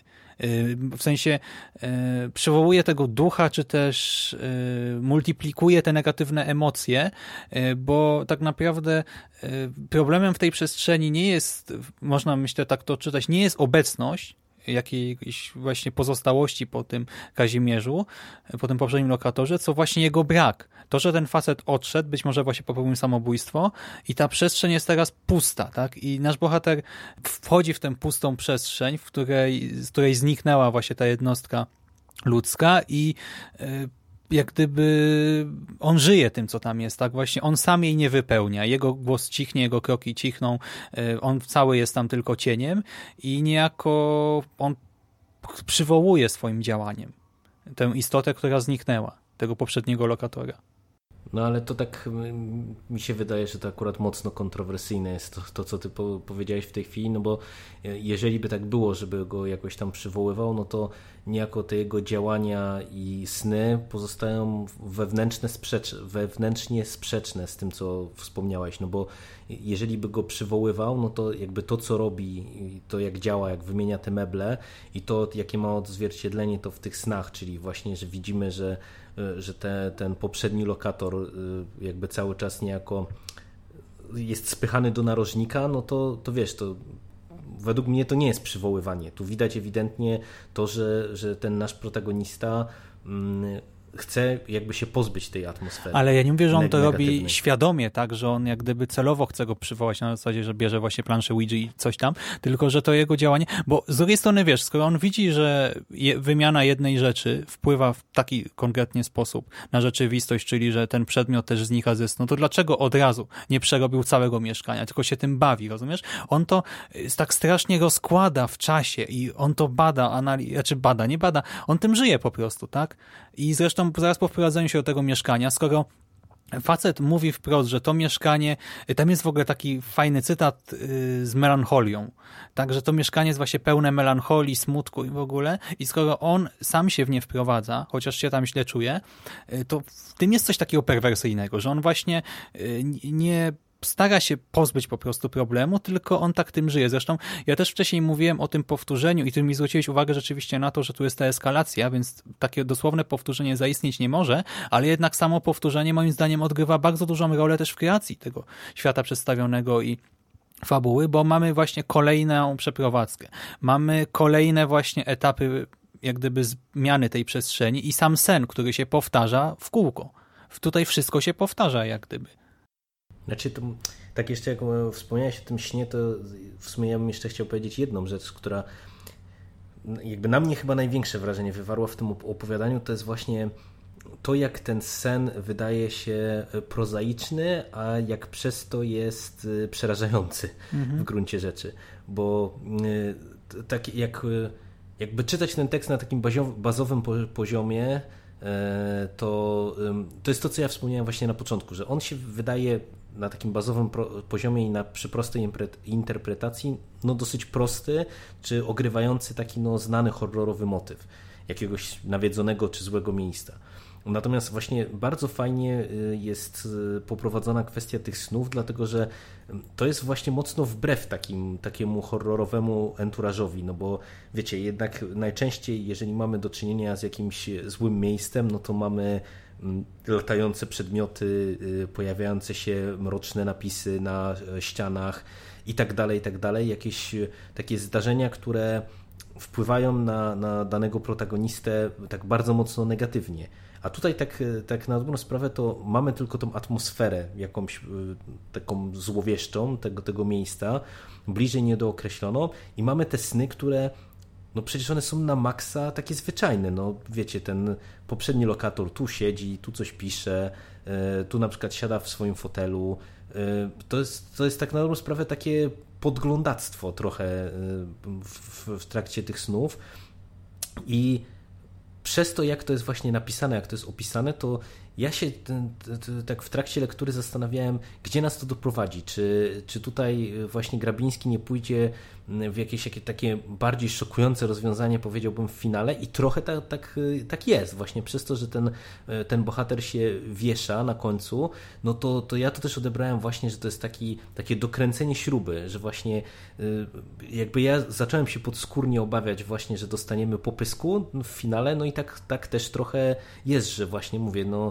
C: w sensie e, przywołuje tego ducha, czy też e, multiplikuje te negatywne emocje, e, bo tak naprawdę e, problemem w tej przestrzeni nie jest, można myślę tak to czytać, nie jest obecność jakiejś właśnie pozostałości po tym Kazimierzu, po tym poprzednim lokatorze, co właśnie jego brak. To, że ten facet odszedł, być może właśnie popełnił samobójstwo i ta przestrzeń jest teraz pusta, tak? I nasz bohater wchodzi w tę pustą przestrzeń, w której, z której zniknęła właśnie ta jednostka ludzka i yy, jak gdyby on żyje tym, co tam jest, tak? Właśnie on sam jej nie wypełnia. Jego głos cichnie, jego kroki cichną, on cały jest tam tylko cieniem i niejako on przywołuje swoim działaniem tę istotę, która zniknęła, tego poprzedniego lokatora.
D: No ale to tak mi się wydaje, że to akurat mocno kontrowersyjne jest to, to co ty po, powiedziałeś w tej chwili, no bo jeżeli by tak było, żeby go jakoś tam przywoływał, no to niejako te jego działania i sny pozostają wewnętrzne sprzecz, wewnętrznie sprzeczne z tym, co wspomniałaś, no bo jeżeli by go przywoływał, no to jakby to, co robi, to jak działa, jak wymienia te meble i to, jakie ma odzwierciedlenie to w tych snach, czyli właśnie, że widzimy, że że te, ten poprzedni lokator jakby cały czas niejako jest spychany do narożnika, no to, to wiesz, to według mnie to nie jest przywoływanie. Tu widać ewidentnie to, że, że ten nasz protagonista mm, chce jakby się pozbyć tej atmosfery.
C: Ale ja nie mówię, że on to robi świadomie, tak, że on jak gdyby celowo chce go przywołać na zasadzie, że bierze właśnie planszę Ouija i coś tam, tylko że to jego działanie, bo z drugiej strony wiesz, skoro on widzi, że je, wymiana jednej rzeczy wpływa w taki konkretnie sposób na rzeczywistość, czyli że ten przedmiot też znika ze snu, to dlaczego od razu nie przerobił całego mieszkania, tylko się tym bawi, rozumiesz? On to tak strasznie rozkłada w czasie i on to bada, analiz, znaczy bada, nie bada, on tym żyje po prostu, tak? I zresztą zaraz po wprowadzeniu się do tego mieszkania, skoro facet mówi wprost, że to mieszkanie, tam jest w ogóle taki fajny cytat z melancholią, tak, że to mieszkanie jest właśnie pełne melancholii, smutku i w ogóle i skoro on sam się w nie wprowadza, chociaż się tam źle czuje, to w tym jest coś takiego perwersyjnego, że on właśnie nie stara się pozbyć po prostu problemu, tylko on tak tym żyje. Zresztą ja też wcześniej mówiłem o tym powtórzeniu i ty mi zwróciłeś uwagę rzeczywiście na to, że tu jest ta eskalacja, więc takie dosłowne powtórzenie zaistnieć nie może, ale jednak samo powtórzenie moim zdaniem odgrywa bardzo dużą rolę też w kreacji tego świata przedstawionego i fabuły, bo mamy właśnie kolejną przeprowadzkę. Mamy kolejne właśnie etapy jak gdyby zmiany tej przestrzeni i sam sen, który się powtarza w kółko. Tutaj wszystko się powtarza jak gdyby.
D: Znaczy, to, tak jeszcze jak wspomniałeś o tym śnie, to w sumie ja bym jeszcze chciał powiedzieć jedną rzecz, która jakby na mnie chyba największe wrażenie wywarła w tym opowiadaniu, to jest właśnie to, jak ten sen wydaje się prozaiczny, a jak przez to jest przerażający mhm. w gruncie rzeczy. Bo tak jak, jakby czytać ten tekst na takim bazowym poziomie, to, to jest to, co ja wspomniałem właśnie na początku, że on się wydaje na takim bazowym poziomie i na, przy prostej interpretacji no dosyć prosty, czy ogrywający taki no znany horrorowy motyw jakiegoś nawiedzonego czy złego miejsca. Natomiast właśnie bardzo fajnie jest poprowadzona kwestia tych snów, dlatego że to jest właśnie mocno wbrew takim, takiemu horrorowemu enturażowi, no bo wiecie, jednak najczęściej jeżeli mamy do czynienia z jakimś złym miejscem, no to mamy latające przedmioty, pojawiające się mroczne napisy na ścianach i tak dalej, i tak dalej. Jakieś takie zdarzenia, które wpływają na, na danego protagonistę tak bardzo mocno negatywnie. A tutaj tak, tak na dobrą sprawę to mamy tylko tą atmosferę jakąś taką złowieszczą tego, tego miejsca, bliżej niedookreśloną i mamy te sny, które no przecież one są na maksa takie zwyczajne. No wiecie, ten poprzedni lokator tu siedzi, tu coś pisze, tu na przykład siada w swoim fotelu. To jest, to jest tak na dobrą sprawę takie podglądactwo trochę w, w trakcie tych snów i przez to, jak to jest właśnie napisane, jak to jest opisane, to ja się ten, ten, tak w trakcie lektury zastanawiałem, gdzie nas to doprowadzi. Czy, czy tutaj właśnie Grabiński nie pójdzie w jakieś, jakieś takie bardziej szokujące rozwiązanie, powiedziałbym, w finale i trochę tak, tak, tak jest. Właśnie przez to, że ten, ten bohater się wiesza na końcu, no to, to ja to też odebrałem właśnie, że to jest taki, takie dokręcenie śruby, że właśnie jakby ja zacząłem się podskórnie obawiać właśnie, że dostaniemy popysku w finale, no i tak, tak też trochę jest, że właśnie mówię, no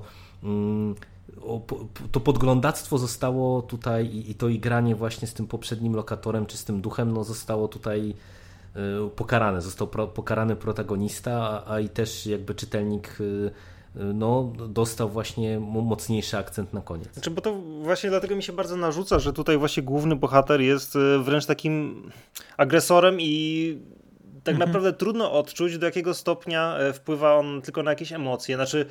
D: to podglądactwo zostało tutaj i to igranie właśnie z tym poprzednim lokatorem czy z tym duchem no zostało tutaj pokarane. Został pokarany protagonista, a i też jakby czytelnik no, dostał właśnie mocniejszy akcent na koniec.
B: Znaczy, bo to właśnie dlatego mi się bardzo narzuca, że tutaj właśnie główny bohater jest wręcz takim agresorem i tak mhm. naprawdę trudno odczuć, do jakiego stopnia wpływa on tylko na jakieś emocje. Znaczy,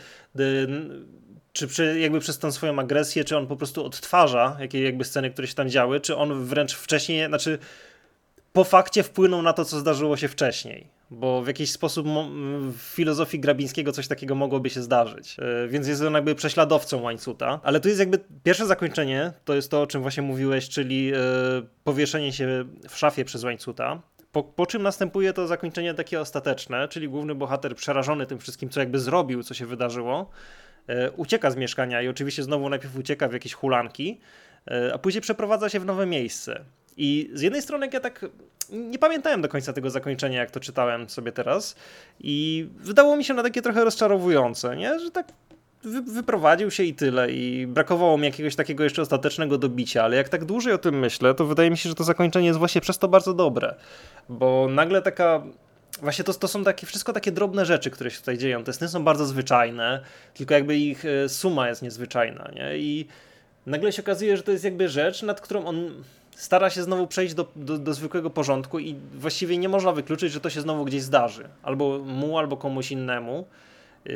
B: czy przy, jakby przez tą swoją agresję, czy on po prostu odtwarza jakie jakby sceny, które się tam działy, czy on wręcz wcześniej, znaczy po fakcie wpłynął na to, co zdarzyło się wcześniej. Bo w jakiś sposób w filozofii Grabińskiego coś takiego mogłoby się zdarzyć. Więc jest on jakby prześladowcą Łańcuta. Ale tu jest jakby pierwsze zakończenie, to jest to, o czym właśnie mówiłeś, czyli powieszenie się w szafie przez Łańcuta. Po, po czym następuje to zakończenie takie ostateczne, czyli główny bohater przerażony tym wszystkim, co jakby zrobił, co się wydarzyło, ucieka z mieszkania i oczywiście znowu najpierw ucieka w jakieś hulanki, a później przeprowadza się w nowe miejsce. I z jednej strony jak ja tak nie pamiętałem do końca tego zakończenia, jak to czytałem sobie teraz i wydało mi się na takie trochę rozczarowujące, nie? Że tak wy, wyprowadził się i tyle i brakowało mi jakiegoś takiego jeszcze ostatecznego dobicia, ale jak tak dłużej o tym myślę, to wydaje mi się, że to zakończenie jest właśnie przez to bardzo dobre, bo nagle taka... Właśnie to, to są takie, wszystko takie drobne rzeczy, które się tutaj dzieją. Te sny są bardzo zwyczajne, tylko jakby ich suma jest niezwyczajna, nie? I nagle się okazuje, że to jest jakby rzecz, nad którą on stara się znowu przejść do, do, do zwykłego porządku i właściwie nie można wykluczyć, że to się znowu gdzieś zdarzy. Albo mu, albo komuś innemu. Yy,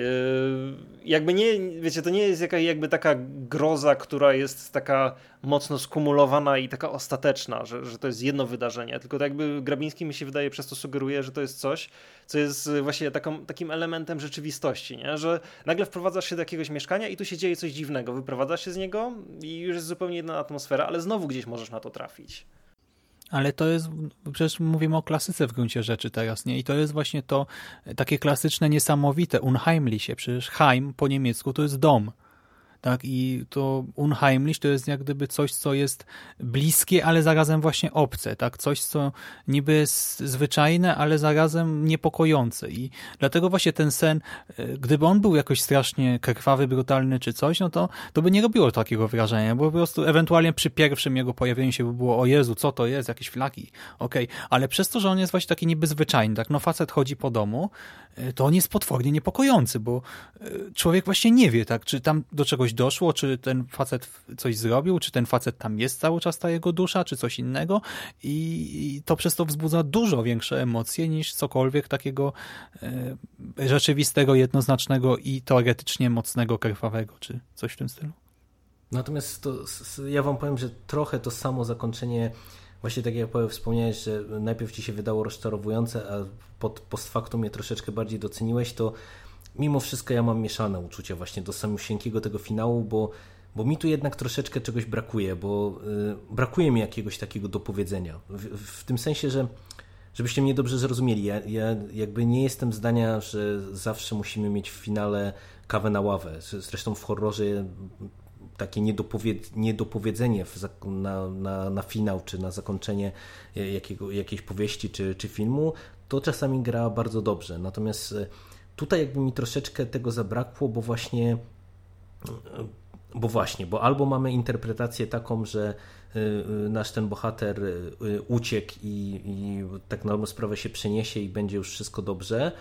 B: jakby nie, wiecie, to nie jest jaka, jakby taka groza, która jest taka mocno skumulowana i taka ostateczna, że, że to jest jedno wydarzenie, tylko tak jakby Grabiński mi się wydaje przez to sugeruje, że to jest coś, co jest właśnie taką, takim elementem rzeczywistości, nie? Że nagle wprowadzasz się do jakiegoś mieszkania i tu się dzieje coś dziwnego, wyprowadzasz się z niego i już jest zupełnie inna atmosfera, ale znowu gdzieś możesz na to trafić.
C: Ale to jest, przecież mówimy o klasyce w gruncie rzeczy teraz, nie? I to jest właśnie to takie klasyczne, niesamowite, unheimliche. Przecież Heim po niemiecku to jest dom. Tak, i to unheimlich to jest jak gdyby coś, co jest bliskie, ale zarazem właśnie obce, tak, coś, co niby jest zwyczajne, ale zarazem niepokojące i dlatego właśnie ten sen, gdyby on był jakoś strasznie krwawy, brutalny czy coś, no to, to by nie robiło takiego wrażenia, bo po prostu ewentualnie przy pierwszym jego pojawieniu się by było, o Jezu, co to jest, jakieś flaki, okej, okay. Ale przez to, że on jest właśnie taki niby zwyczajny, tak, no facet chodzi po domu, to on jest potwornie niepokojący, bo człowiek właśnie nie wie, tak, czy tam do czegoś doszło, czy ten facet coś zrobił, czy ten facet tam jest cały czas ta jego dusza, czy coś innego i to przez to wzbudza dużo większe emocje niż cokolwiek takiego e, rzeczywistego, jednoznacznego i teoretycznie mocnego, krwawego, czy coś w tym stylu.
D: Natomiast to, ja wam powiem, że trochę to samo zakończenie, właśnie tak jak Paweł wspomniałeś, że najpierw ci się wydało rozczarowujące, a pod, post factum je troszeczkę bardziej doceniłeś, to mimo wszystko ja mam mieszane uczucia właśnie do samosiękiego tego finału, bo, bo mi tu jednak troszeczkę czegoś brakuje, bo y, brakuje mi jakiegoś takiego dopowiedzenia. W, w tym sensie, że żebyście mnie dobrze zrozumieli, ja, ja jakby nie jestem zdania, że zawsze musimy mieć w finale kawę na ławę. Zresztą w horrorze takie niedopowied- niedopowiedzenie w, na, na, na finał czy na zakończenie jakiego, jakiejś powieści czy, czy filmu, to czasami gra bardzo dobrze. Natomiast tutaj jakby mi troszeczkę tego zabrakło, bo właśnie bo właśnie, bo albo mamy interpretację taką, że nasz ten bohater uciekł i, i tak na dobrą sprawę się przeniesie i będzie już wszystko dobrze,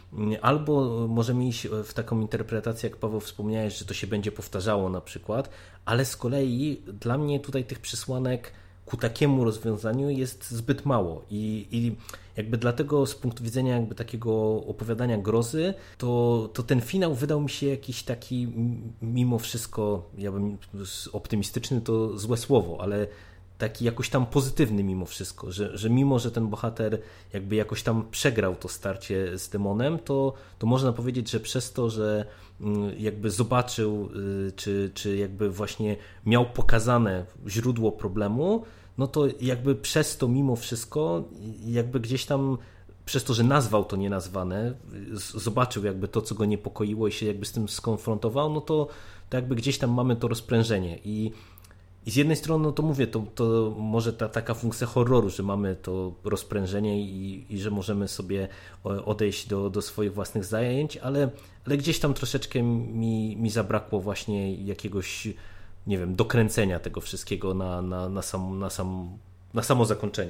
D: albo możemy iść w taką interpretację, jak Paweł wspomniałeś, że to się będzie powtarzało na przykład, ale z kolei dla mnie tutaj tych przesłanek ku takiemu rozwiązaniu jest zbyt mało i, i jakby dlatego z punktu widzenia jakby takiego opowiadania grozy, to, to ten finał wydał mi się jakiś taki mimo wszystko, ja bym optymistyczny to złe słowo, ale taki jakoś tam pozytywny mimo wszystko, że, że mimo, że ten bohater jakby jakoś tam przegrał to starcie z demonem, to, to można powiedzieć, że przez to, że jakby zobaczył, czy, czy jakby właśnie miał pokazane źródło problemu, no to jakby przez to mimo wszystko jakby gdzieś tam przez to, że nazwał to nienazwane, zobaczył jakby to, co go niepokoiło i się jakby z tym skonfrontował, no to, to jakby gdzieś tam mamy to rozprężenie i I z jednej strony, no to mówię, to, to może ta taka funkcja horroru, że mamy to rozprężenie i, i że możemy sobie odejść do, do swoich własnych zajęć, ale, ale gdzieś tam troszeczkę mi, mi zabrakło właśnie jakiegoś, nie wiem, dokręcenia tego wszystkiego na, na, na, sam, na, sam, na samo zakończenie.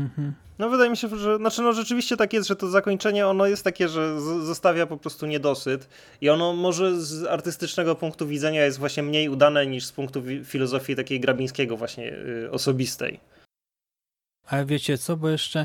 B: No wydaje mi się, że znaczy no rzeczywiście tak jest, że to zakończenie ono jest takie, że z- zostawia po prostu niedosyt i ono może z artystycznego punktu widzenia jest właśnie mniej udane niż z punktu wi- filozofii takiej Grabińskiego właśnie y, osobistej.
C: Ale wiecie co, bo jeszcze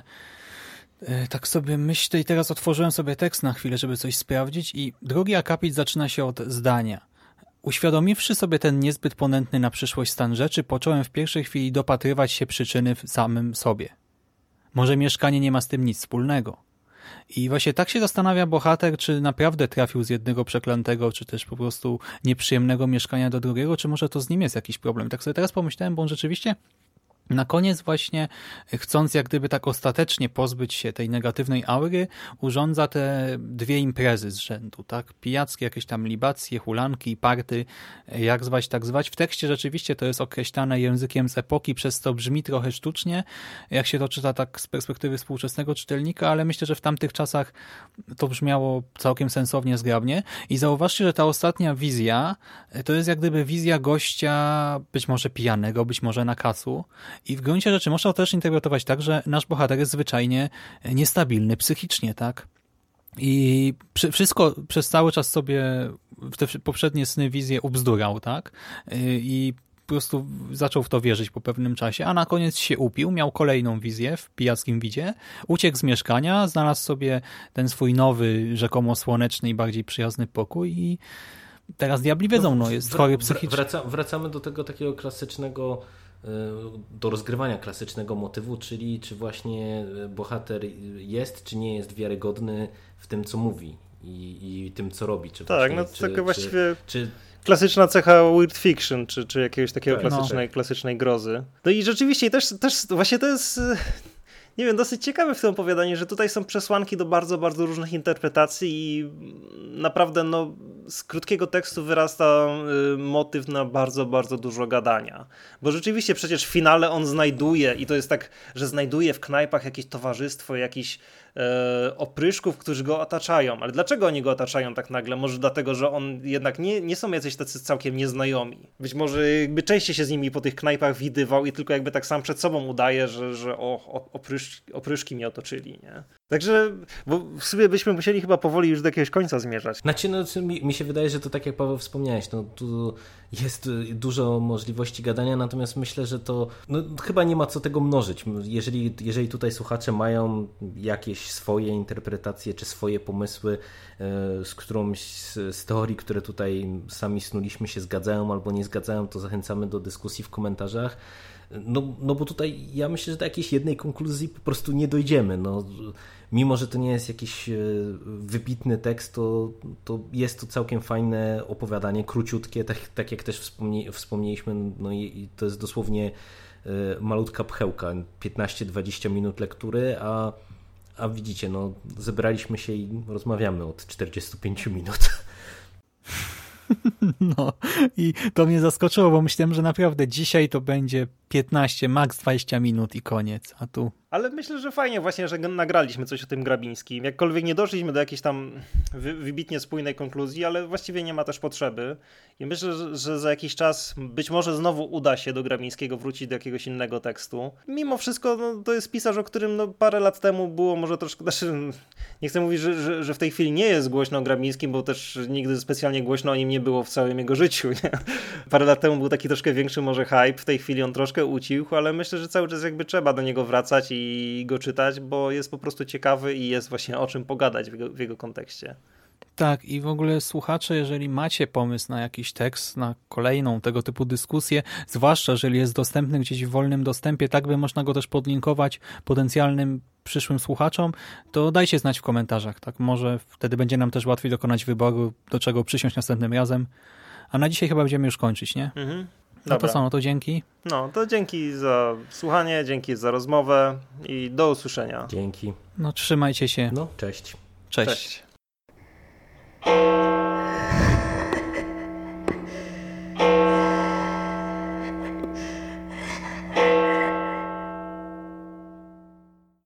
C: e, tak sobie myślę i teraz otworzyłem sobie tekst na chwilę, żeby coś sprawdzić i drugi akapit zaczyna się od zdania. Uświadomiwszy sobie ten niezbyt ponętny na przyszłość stan rzeczy, począłem w pierwszej chwili dopatrywać się przyczyny w samym sobie. Może mieszkanie nie ma z tym nic wspólnego. I właśnie tak się zastanawia bohater, czy naprawdę trafił z jednego przeklętego, czy też po prostu nieprzyjemnego mieszkania do drugiego, czy może to z nim jest jakiś problem. Tak sobie teraz pomyślałem, bo on rzeczywiście na koniec właśnie, chcąc jak gdyby tak ostatecznie pozbyć się tej negatywnej aury, urządza te dwie imprezy z rzędu, tak? Pijackie, jakieś tam libacje, hulanki, party, jak zwać, tak zwać. W tekście rzeczywiście to jest określane językiem z epoki, przez to brzmi trochę sztucznie, jak się to czyta tak z perspektywy współczesnego czytelnika, ale myślę, że w tamtych czasach to brzmiało całkiem sensownie, zgrabnie. I zauważcie, że ta ostatnia wizja to jest jak gdyby wizja gościa, być może pijanego, być może na kacu. I w gruncie rzeczy można to też interpretować tak, że nasz bohater jest zwyczajnie niestabilny psychicznie, tak? I wszystko przez cały czas sobie w te poprzednie sny, wizje ubzdurał, tak? I po prostu zaczął w to wierzyć po pewnym czasie, a na koniec się upił, miał kolejną wizję w pijackim widzie, uciekł z mieszkania, znalazł sobie ten swój nowy, rzekomo słoneczny i bardziej przyjazny pokój i teraz diabli wiedzą, no jest chory psychicznie.
D: Wraca, wracamy do tego takiego klasycznego, do rozgrywania klasycznego motywu, czyli czy właśnie bohater jest, czy nie jest wiarygodny w tym, co mówi i, i tym, co robi. Czy
B: tak,
D: właśnie,
B: no to
D: czy,
B: taka
D: czy,
B: właściwie
D: czy,
B: klasyczna cecha weird fiction, czy, czy jakiegoś takiego
D: tak,
B: klasycznej,
D: no.
B: klasycznej grozy. No i rzeczywiście też, też właśnie to jest... Nie wiem, dosyć ciekawe w tym opowiadaniu, że tutaj są przesłanki do bardzo, bardzo różnych interpretacji i naprawdę no, z krótkiego tekstu wyrasta y, motyw na bardzo, bardzo dużo gadania. Bo rzeczywiście przecież w finale on znajduje i to jest tak, że znajduje w knajpach jakieś towarzystwo, jakiś e, opryszków, którzy go otaczają. Ale dlaczego oni go otaczają tak nagle? Może dlatego, że on jednak nie, nie są jacyś tacy całkiem nieznajomi. Być może jakby częściej się z nimi po tych knajpach widywał i tylko jakby tak sam przed sobą udaje, że, że o, o, oprysz, opryszki mnie otoczyli, nie? Także, bo w sumie byśmy musieli chyba powoli już do jakiegoś końca zmierzać.
D: Znaczy, no, mi, mi się wydaje, że to tak jak Paweł wspomniałeś, no tu jest dużo możliwości gadania, natomiast myślę, że to no, chyba nie ma co tego mnożyć. Jeżeli, jeżeli tutaj słuchacze mają jakieś swoje interpretacje czy swoje pomysły, z którąś z teorii, które tutaj sami snuliśmy, się zgadzają albo nie zgadzają, to zachęcamy do dyskusji w komentarzach. No, no bo tutaj ja myślę, że do jakiejś jednej konkluzji po prostu nie dojdziemy. No, mimo, że to nie jest jakiś wybitny tekst, to, to jest to całkiem fajne opowiadanie, króciutkie, tak, tak jak też wspomnie, wspomnieliśmy, no i, i to jest dosłownie malutka pchełka, piętnaście dwadzieścia minut lektury, a, a widzicie, no zebraliśmy się i rozmawiamy od czterdziestu pięciu minut.
C: No i to mnie zaskoczyło, bo myślałem, że naprawdę dzisiaj to będzie piętnaście, maks dwadzieścia minut i koniec, a tu...
B: Ale myślę, że fajnie właśnie, że nagraliśmy coś o tym Grabińskim. Jakkolwiek nie doszliśmy do jakiejś tam wy, wybitnie spójnej konkluzji, ale właściwie nie ma też potrzeby. I myślę, że, że za jakiś czas być może znowu uda się do Grabińskiego wrócić do jakiegoś innego tekstu. Mimo wszystko no, to jest pisarz, o którym no, parę lat temu było może troszkę... Znaczy, nie chcę mówić, że, że, że w tej chwili nie jest głośno o Grabińskim, bo też nigdy specjalnie głośno o nim nie było w całym jego życiu. Nie? Parę lat temu był taki troszkę większy może hype, w tej chwili on troszkę ucichł, ale myślę, że cały czas jakby trzeba do niego wracać i go czytać, bo jest po prostu ciekawy i jest właśnie o czym pogadać w jego, w jego kontekście.
C: Tak, i w ogóle słuchacze, jeżeli macie pomysł na jakiś tekst, na kolejną tego typu dyskusję, zwłaszcza jeżeli jest dostępny gdzieś w wolnym dostępie, tak by można go też podlinkować potencjalnym przyszłym słuchaczom, to dajcie znać w komentarzach. Tak, może wtedy będzie nam też łatwiej dokonać wyboru, do czego przysiąść następnym razem. A na dzisiaj chyba będziemy już kończyć, nie?
B: Mhm.
C: No to co, no to dzięki.
B: No to dzięki za słuchanie, dzięki za rozmowę i do usłyszenia.
D: Dzięki.
C: No trzymajcie się.
D: No, cześć.
C: Cześć.
B: Cześć.